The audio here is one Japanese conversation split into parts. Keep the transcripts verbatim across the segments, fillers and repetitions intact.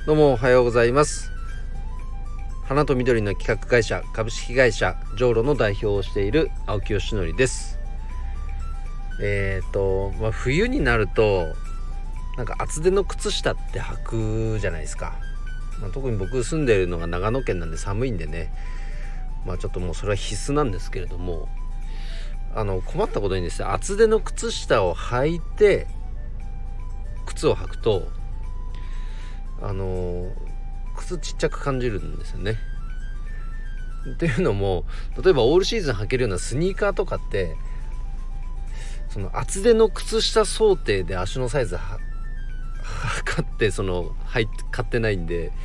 どうもおはようございます。花と緑の企画会社株式会社ジョーロの代表をしている青木よしのりです。えーと、まあ、冬になるとなんか厚手の靴下って履くじゃないですか。まあ、特に僕住んでいるのが長野県なんで寒いんでね、まあちょっともうそれは必須なんですけれども、あの困ったことにですね、厚手の靴下を履いて靴を履くとあの靴ちっちゃく感じるんですよね。っていうのも、例えばオールシーズン履けるようなスニーカーとかってその厚手の靴下想定で足のサイズは測ってそのはい買ってないんで、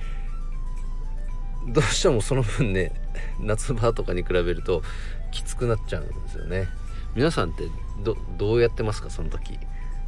どうしてもその分ね夏場とかに比べるときつくなっちゃうんですよね。皆さんってどどうやってますか、その時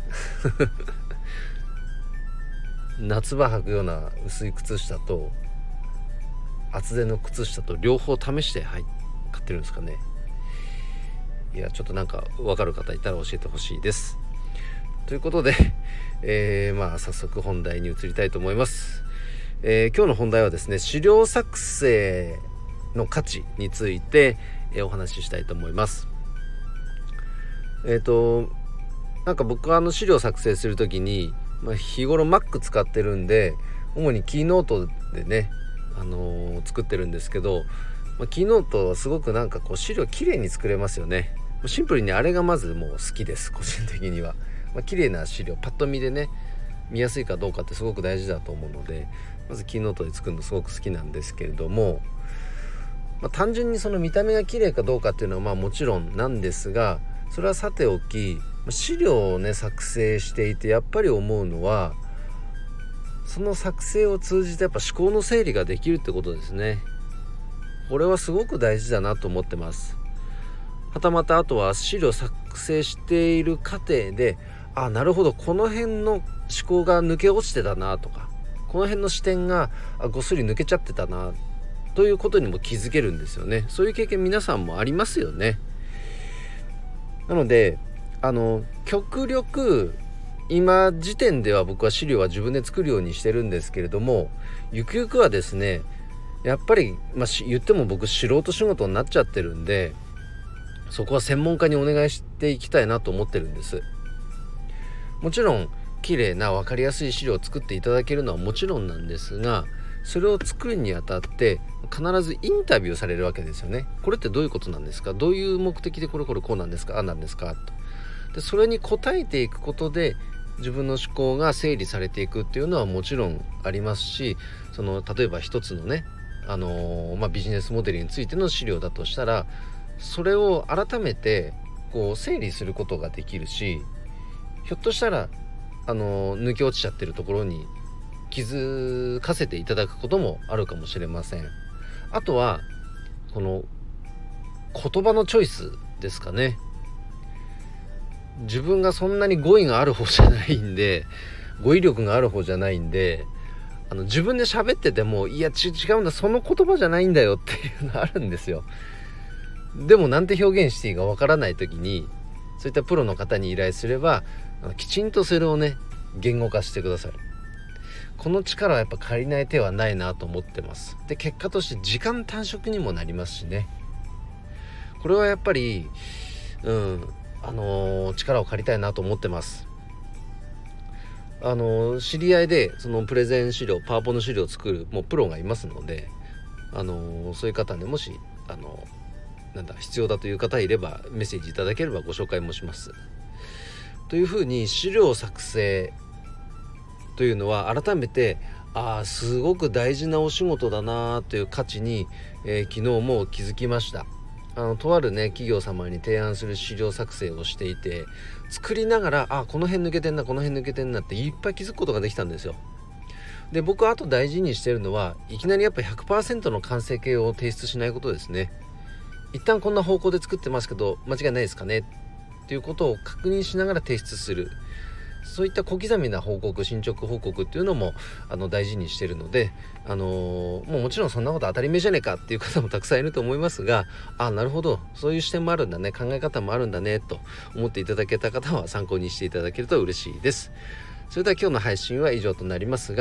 夏場履くような薄い靴下と厚手の靴下と両方試して買ってるんですかね。いやちょっとなんか分かる方いたら教えてほしいです。ということで、えー、まあ早速本題に移りたいと思います。えー、今日の本題はですね、資料作成の価値について、えー、お話ししたいと思います。えっとなんか僕はあの資料作成するときに、まあ、日頃 Mac 使ってるんで主にキーノートでね、あのー、作ってるんですけど、まあ、キーノートはすごくなんかこう資料きれいに作れますよね。シンプルにあれがまずもう好きです、個人的には。まあ、綺麗な資料パッと見でね見やすいかどうかってすごく大事だと思うので、まずキーノートで作るのすごく好きなんですけれども、まあ、単純にその見た目が綺麗かどうかっていうのはまあもちろんなんですが、それはさておき、資料をね作成していてやっぱり思うのは、その作成を通じてやっぱ思考の整理ができるってことですね。これはすごく大事だなと思ってます。はたまたあとは資料作成している過程で、あ、なるほどこの辺の思考が抜け落ちてたなとか、この辺の視点がごっそり抜けちゃってたなということにも気づけるんですよね。そういう経験皆さんもありますよね。なのであの極力今時点では僕は資料は自分で作るようにしてるんですけれども、ゆくゆくはですねやっぱり、まあ、言っても僕素人仕事になっちゃってるんで、そこは専門家にお願いしていきたいなと思ってるんです。もちろん綺麗な分かりやすい資料を作っていただけるのはもちろんなんですが、それを作るにあたって必ずインタビューされるわけですよね。これってどういうことなんですか、どういう目的でこれこれこうなんですか、あなんですかと。でそれに答えていくことで自分の思考が整理されていくっていうのはもちろんありますし、その例えば一つのね、あのーまあ、ビジネスモデルについての資料だとしたら、それを改めてこう整理することができるし、ひょっとしたらあの抜け落ちちゃってるところに気づかせていただくこともあるかもしれません。あとはこの言葉のチョイスですかね。自分がそんなに語彙がある方じゃないんで、語彙力がある方じゃないんで、あの自分で喋っててもいやち違うんだ、その言葉じゃないんだよっていうのがあるんですよ。でもなんて表現していいかわからない時に、そういったプロの方に依頼すればきちんとそれをね言語化してくださる。この力はやっぱ借りない手はないなと思ってます。で結果として時間短縮にもなりますしね。これはやっぱりうんあのー、力を借りたいなと思ってます。あのー、知り合いでそのプレゼン資料パワポの資料を作るもうプロがいますので、あのー、そういう方でもしあのー、なんだ必要だという方いればメッセージいただければご紹介もします。というふうに資料作成というのは改めてああすごく大事なお仕事だなという価値に、えー、昨日も気づきました。あのとあるね企業様に提案する資料作成をしていて、作りながらあこの辺抜けてんなこの辺抜けてんなっていっぱい気づくことができたんですよ。で僕はあと大事にしてるのはいきなりやっぱ ひゃくパーセント の完成形を提出しないことですね。一旦こんな方向で作ってますけど間違いないですかねっていうことを確認しながら提出する。そういった小刻みな報告、進捗報告っていうのもあの大事にしているので、あのー、もうもちろんそんなこと当たり前じゃねえかっていう方もたくさんいると思いますが、あなるほどそういう視点もあるんだね、考え方もあるんだねと思っていただけた方は参考にしていただけると嬉しいです。それでは今日の配信は以上となりますが、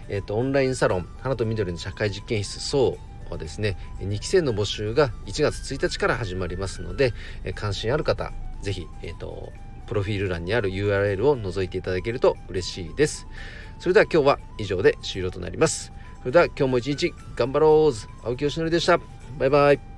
えーと、オンラインサロン花と緑の社会実験室そうはですねにき生の募集がいちがつついたちから始まりますので、えー、関心ある方ぜひ、えーと、プロフィール欄にある ユーアールエル を覗いていただけると嬉しいです。それでは今日は以上で終了となります。それでは今日も一日頑張ろう。青木よしのりでした。バイバイ。